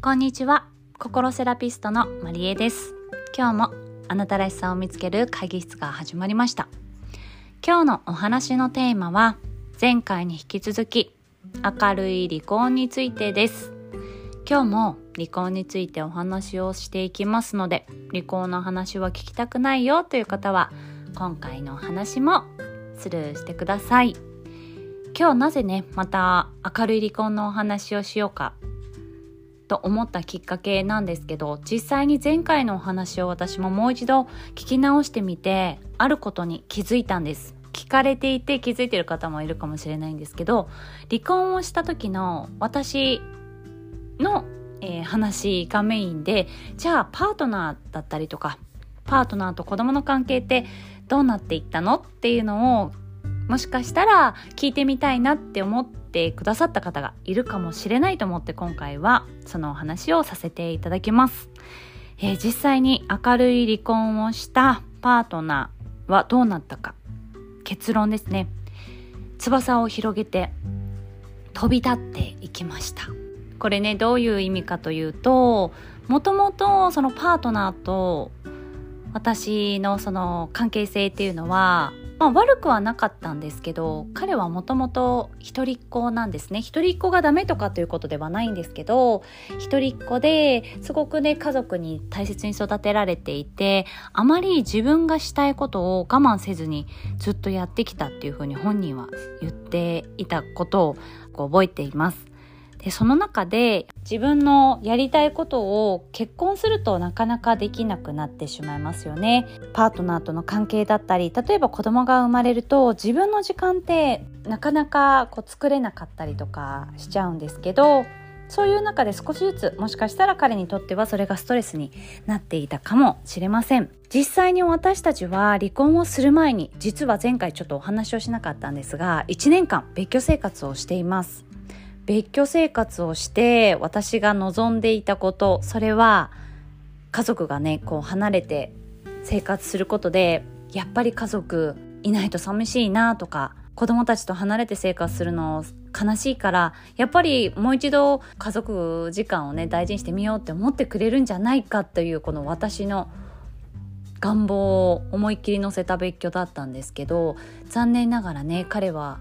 こんにちは。心セラピストのまりえです。今日もあなたらしさを見つける会議室が始まりました。今日のお話のテーマは前回に引き続き明るい離婚についてです。今日も離婚についてお話をしていきますので、離婚の話は聞きたくないよという方は今回のお話もスルーしてください。今日なぜまた明るい離婚のお話をしようかと思ったきっかけなんですけど、実際に前回のお話を私ももう一度聞き直してみて、あることに気づいたんです。聞かれていて気づいている方もいるかもしれないんですけど、離婚をした時の私の、話がメインで、じゃあパートナーだったりとか、パートナーと子供の関係ってどうなっていったのっていうのをもしかしたら聞いてみたいなって思ってくださった方がいるかもしれないと思って、今回はそのお話をさせていただきます。実際に明るい離婚をしたパートナーはどうなったか。結論ですね。翼を広げて飛び立っていきました。これどういう意味かというと、もともとそのパートナーと私のその関係性っていうのは、悪くはなかったんですけど、彼はもともと一人っ子なんですね。一人っ子がダメとかということではないんですけど、一人っ子ですごく家族に大切に育てられていて、あまり自分がしたいことを我慢せずにずっとやってきたっていうふうに本人は言っていたことを覚えています。でその中で自分のやりたいことを結婚するとなかなかできなくなってしまいますよね。パートナーとの関係だったり、例えば子供が生まれると自分の時間ってなかなか作れなかったりとかしちゃうんですけど、そういう中で少しずつもしかしたら彼にとってはそれがストレスになっていたかもしれません。実際に私たちは離婚をする前に、実は前回ちょっとお話をしなかったんですが、1年間別居生活をしています。別居生活をして私が望んでいたこと、それは家族が離れて生活することで、やっぱり家族いないと寂しいなとか、子供たちと離れて生活するの悲しいから、やっぱりもう一度家族時間を大事にしてみようって思ってくれるんじゃないかという、この私の願望を思いっきり乗せた別居だったんですけど、残念ながら彼は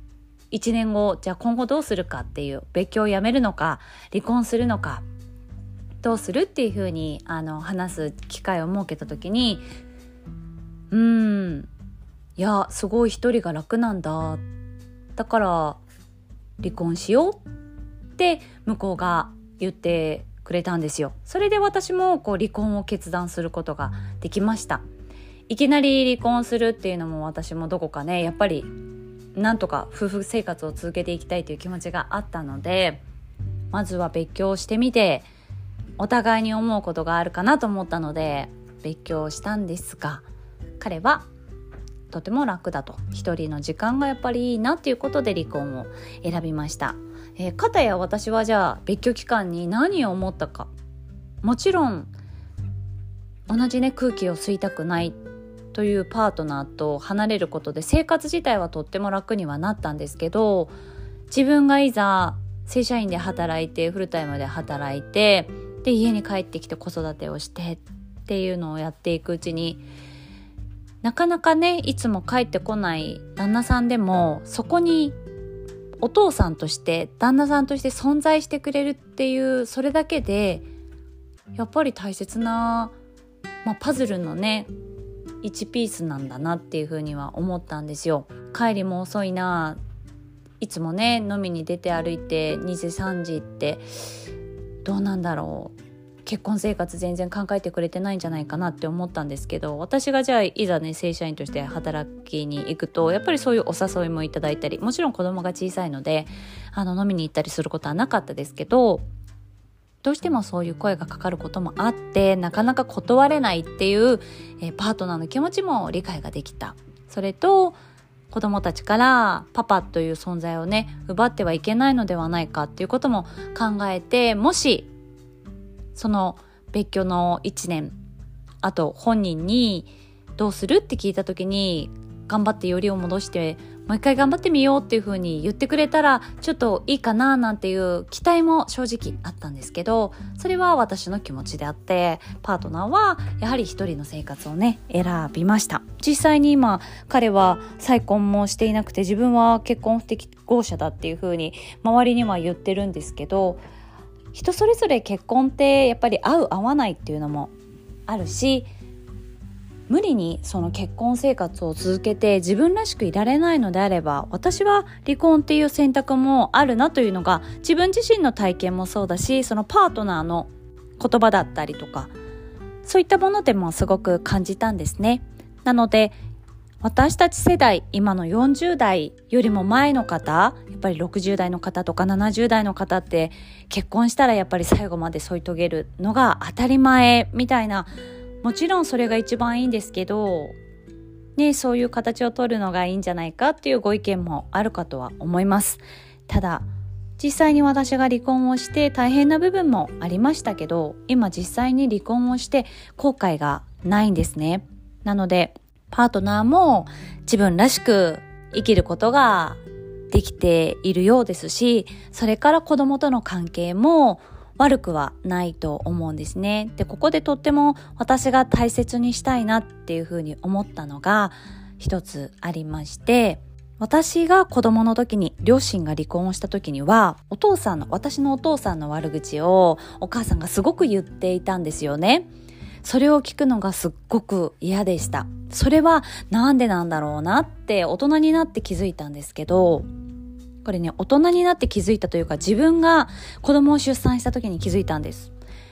1年後、じゃあ今後どうするかっていう、別居をやめるのか離婚するのかどうするっていう風に話す機会を設けた時に、いやすごい一人が楽なんだ、だから離婚しようって向こうが言ってくれたんですよ。それで私も離婚を決断することができました。いきなり離婚するっていうのも私もどこかやっぱりなんとか夫婦生活を続けていきたいという気持ちがあったので、まずは別居をしてみてお互いに思うことがあるかなと思ったので別居をしたんですが、彼はとても楽だと、一人の時間がやっぱりいいなっていうことで離婚を選びました。かたや私はじゃあ別居期間に何を思ったか、もちろん同じ空気を吸いたくないというパートナーと離れることで生活自体はとっても楽にはなったんですけど、自分がいざ正社員で働いてフルタイムで働いて、で家に帰ってきて子育てをしてっていうのをやっていくうちに、なかなかいつも帰ってこない旦那さんでも、そこにお父さんとして旦那さんとして存在してくれるっていう、それだけでやっぱり大切な、パズルの1ピースなんだなっていうふうには思ったんですよ。帰りも遅いな、いつも飲みに出て歩いて2時3時ってどうなんだろう、結婚生活全然考えてくれてないんじゃないかなって思ったんですけど、私がじゃあいざ正社員として働きに行くと、やっぱりそういうお誘いもいただいたり、もちろん子供が小さいので飲みに行ったりすることはなかったですけど、どうしてもそういう声がかかることもあって、なかなか断れないっていう、パートナーの気持ちも理解ができた。それと子供たちからパパという存在を奪ってはいけないのではないかっていうことも考えて、もしその別居の1年あと本人にどうするって聞いた時に、頑張ってよりを戻してもう一回頑張ってみようっていう風に言ってくれたらちょっといいかななんていう期待も正直あったんですけど、それは私の気持ちであって、パートナーはやはり一人の生活をね選びました。実際に今彼は再婚もしていなくて、自分は結婚不適合者だっていう風に周りには言ってるんですけど、人それぞれ結婚ってやっぱり合う合わないっていうのもあるし、無理にその結婚生活を続けて自分らしくいられないのであれば、私は離婚っていう選択もあるなというのが自分自身の体験もそうだし、そのパートナーの言葉だったりとか、そういったものでもすごく感じたんですね。なので私たち世代、今の40代よりも前の方、やっぱり60代の方とか70代の方って結婚したらやっぱり最後まで添い遂げるのが当たり前みたいな、もちろんそれが一番いいんですけど、ね、そういう形を取るのがいいんじゃないかっていうご意見もあるかとは思います。ただ実際に私が離婚をして大変な部分もありましたけど、今実際に離婚をして後悔がないんですね。なのでパートナーも自分らしく生きることができているようですし、それから子供との関係も悪くはないと思うんですね。で、ここでとっても私が大切にしたいなっていうふうに思ったのが一つありまして、私が子供の時に、両親が離婚をした時には、私のお父さんの悪口をお母さんがすごく言っていたんですよね。それを聞くのがすっごく嫌でした。それはなんでなんだろうなって大人になって気づいたんですけど、これね、大人になって気づいたというか、自分が子供を出産した時に気づいたんです。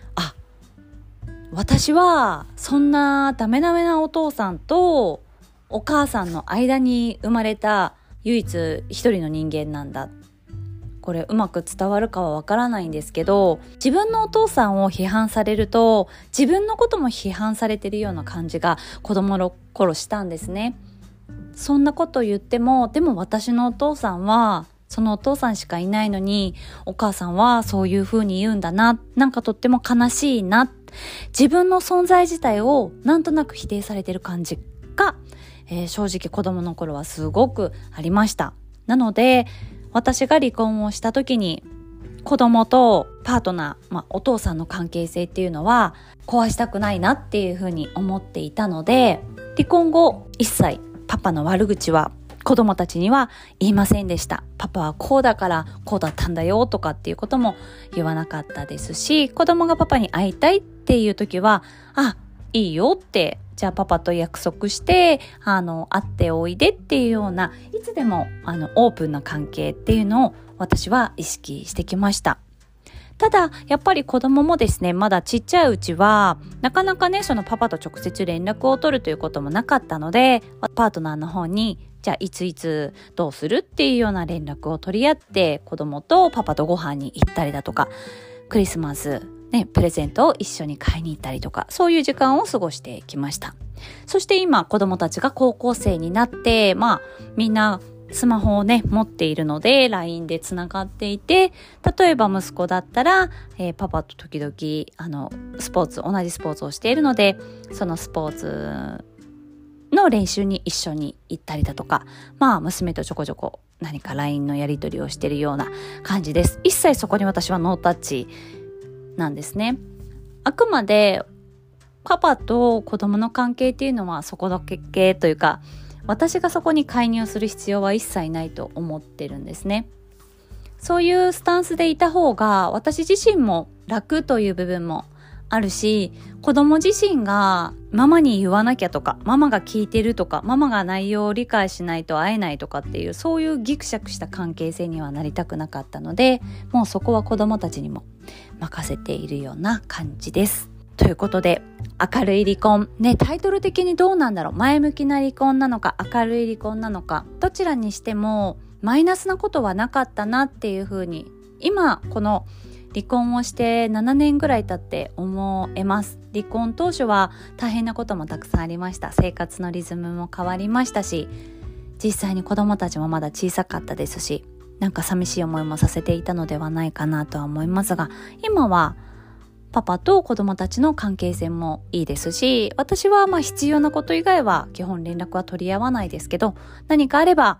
私はそんなダメダメなお父さんとお母さんの間に生まれた唯一一人の人間なんだ。これうまく伝わるかはわからないんですけど、自分のお父さんを批判されると自分のことも批判されてるような感じが子供の頃したんですね。そんなこと言っても、でも私のお父さんはそのお父さんしかいないのに、お母さんはそういう風に言うんだな、なんかとっても悲しいな、自分の存在自体をなんとなく否定されてる感じが、正直子供の頃はすごくありました。なので私が離婚をした時に、子供とパートナー、お父さんの関係性っていうのは壊したくないなっていう風に思っていたので、離婚後一切パパの悪口は子供たちには言いませんでした。パパはこうだからこうだったんだよとかっていうことも言わなかったですし、子供がパパに会いたいっていう時は、いいよって、じゃあパパと約束して会っておいでっていうような、いつでもオープンな関係っていうのを私は意識してきました。ただやっぱり子供もですね、まだちっちゃいうちはなかなかね、そのパパと直接連絡を取るということもなかったので、パートナーの方にじゃあいついつどうするっていうような連絡を取り合って、子供とパパとご飯に行ったりだとか、クリスマスね、プレゼントを一緒に買いに行ったりとか、そういう時間を過ごしてきました。そして今子供たちが高校生になって、みんなスマホをね持っているので LINE でつながっていて、例えば息子だったら、パパと時々同じスポーツをしているので、そのスポーツの練習に一緒に行ったりだとか、娘とちょこちょこ何か LINE のやり取りをしているような感じです。一切そこに私はノータッチなんですね。あくまでパパと子供の関係っていうのはそこだけというか、私がそこに介入する必要は一切ないと思ってるんですね。そういうスタンスでいた方が私自身も楽という部分もあるし、子供自身がママに言わなきゃとか、ママが聞いてるとか、ママが内容を理解しないと会えないとかっていう、そういうギクシャクした関係性にはなりたくなかったので、もうそこは子供たちにも任せているような感じです。ということで、明るい離婚ね、タイトル的にどうなんだろう、前向きな離婚なのか明るい離婚なのか、どちらにしてもマイナスなことはなかったなっていうふうに、今この離婚をして7年ぐらい経って思えます。離婚当初は大変なこともたくさんありました。生活のリズムも変わりましたし、実際に子供たちもまだ小さかったですし、なんか寂しい思いもさせていたのではないかなとは思いますが、今はパパと子供たちの関係性もいいですし、私は必要なこと以外は基本連絡は取り合わないですけど、何かあれば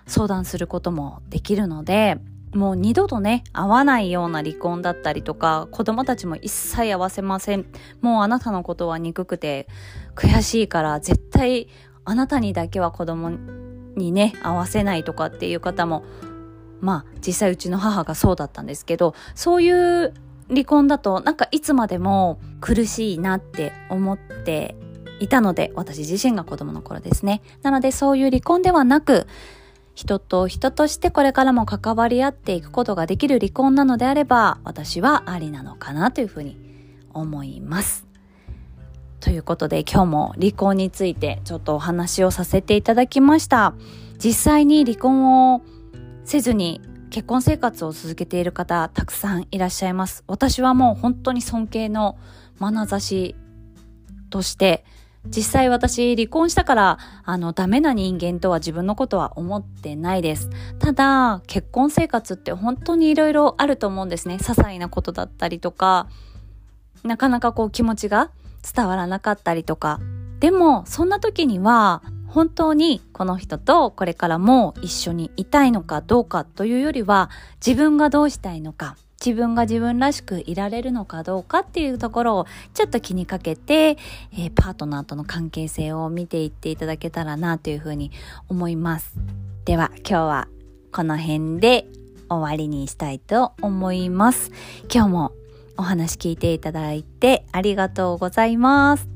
相談することもできるので、もう二度とね会わないような離婚だったりとか、子供たちも一切会わせません、もうあなたのことは憎くて悔しいから絶対あなたにだけは子供にね会わせないとかっていう方も、実際うちの母がそうだったんですけど、そういう離婚だとなんかいつまでも苦しいなって思っていたので、私自身が子供の頃ですね。なのでそういう離婚ではなく、人と人としてこれからも関わり合っていくことができる離婚なのであれば、私はありなのかなというふうに思います。ということで今日も離婚についてちょっとお話をさせていただきました。実際に離婚をせずに結婚生活を続けている方たくさんいらっしゃいます。私はもう本当に尊敬の眼差しとして、実際私離婚したからダメな人間とは自分のことは思ってないです。ただ結婚生活って本当にいろいろあると思うんですね。些細なことだったりとか、なかなか気持ちが伝わらなかったりとか、でもそんな時には本当にこの人とこれからも一緒にいたいのかどうかというよりは、自分がどうしたいのか、自分が自分らしくいられるのかどうかっていうところをちょっと気にかけて、パートナーとの関係性を見ていっていただけたらなというふうに思います。では今日はこの辺で終わりにしたいと思います。今日もお話聞いていただいてありがとうございます。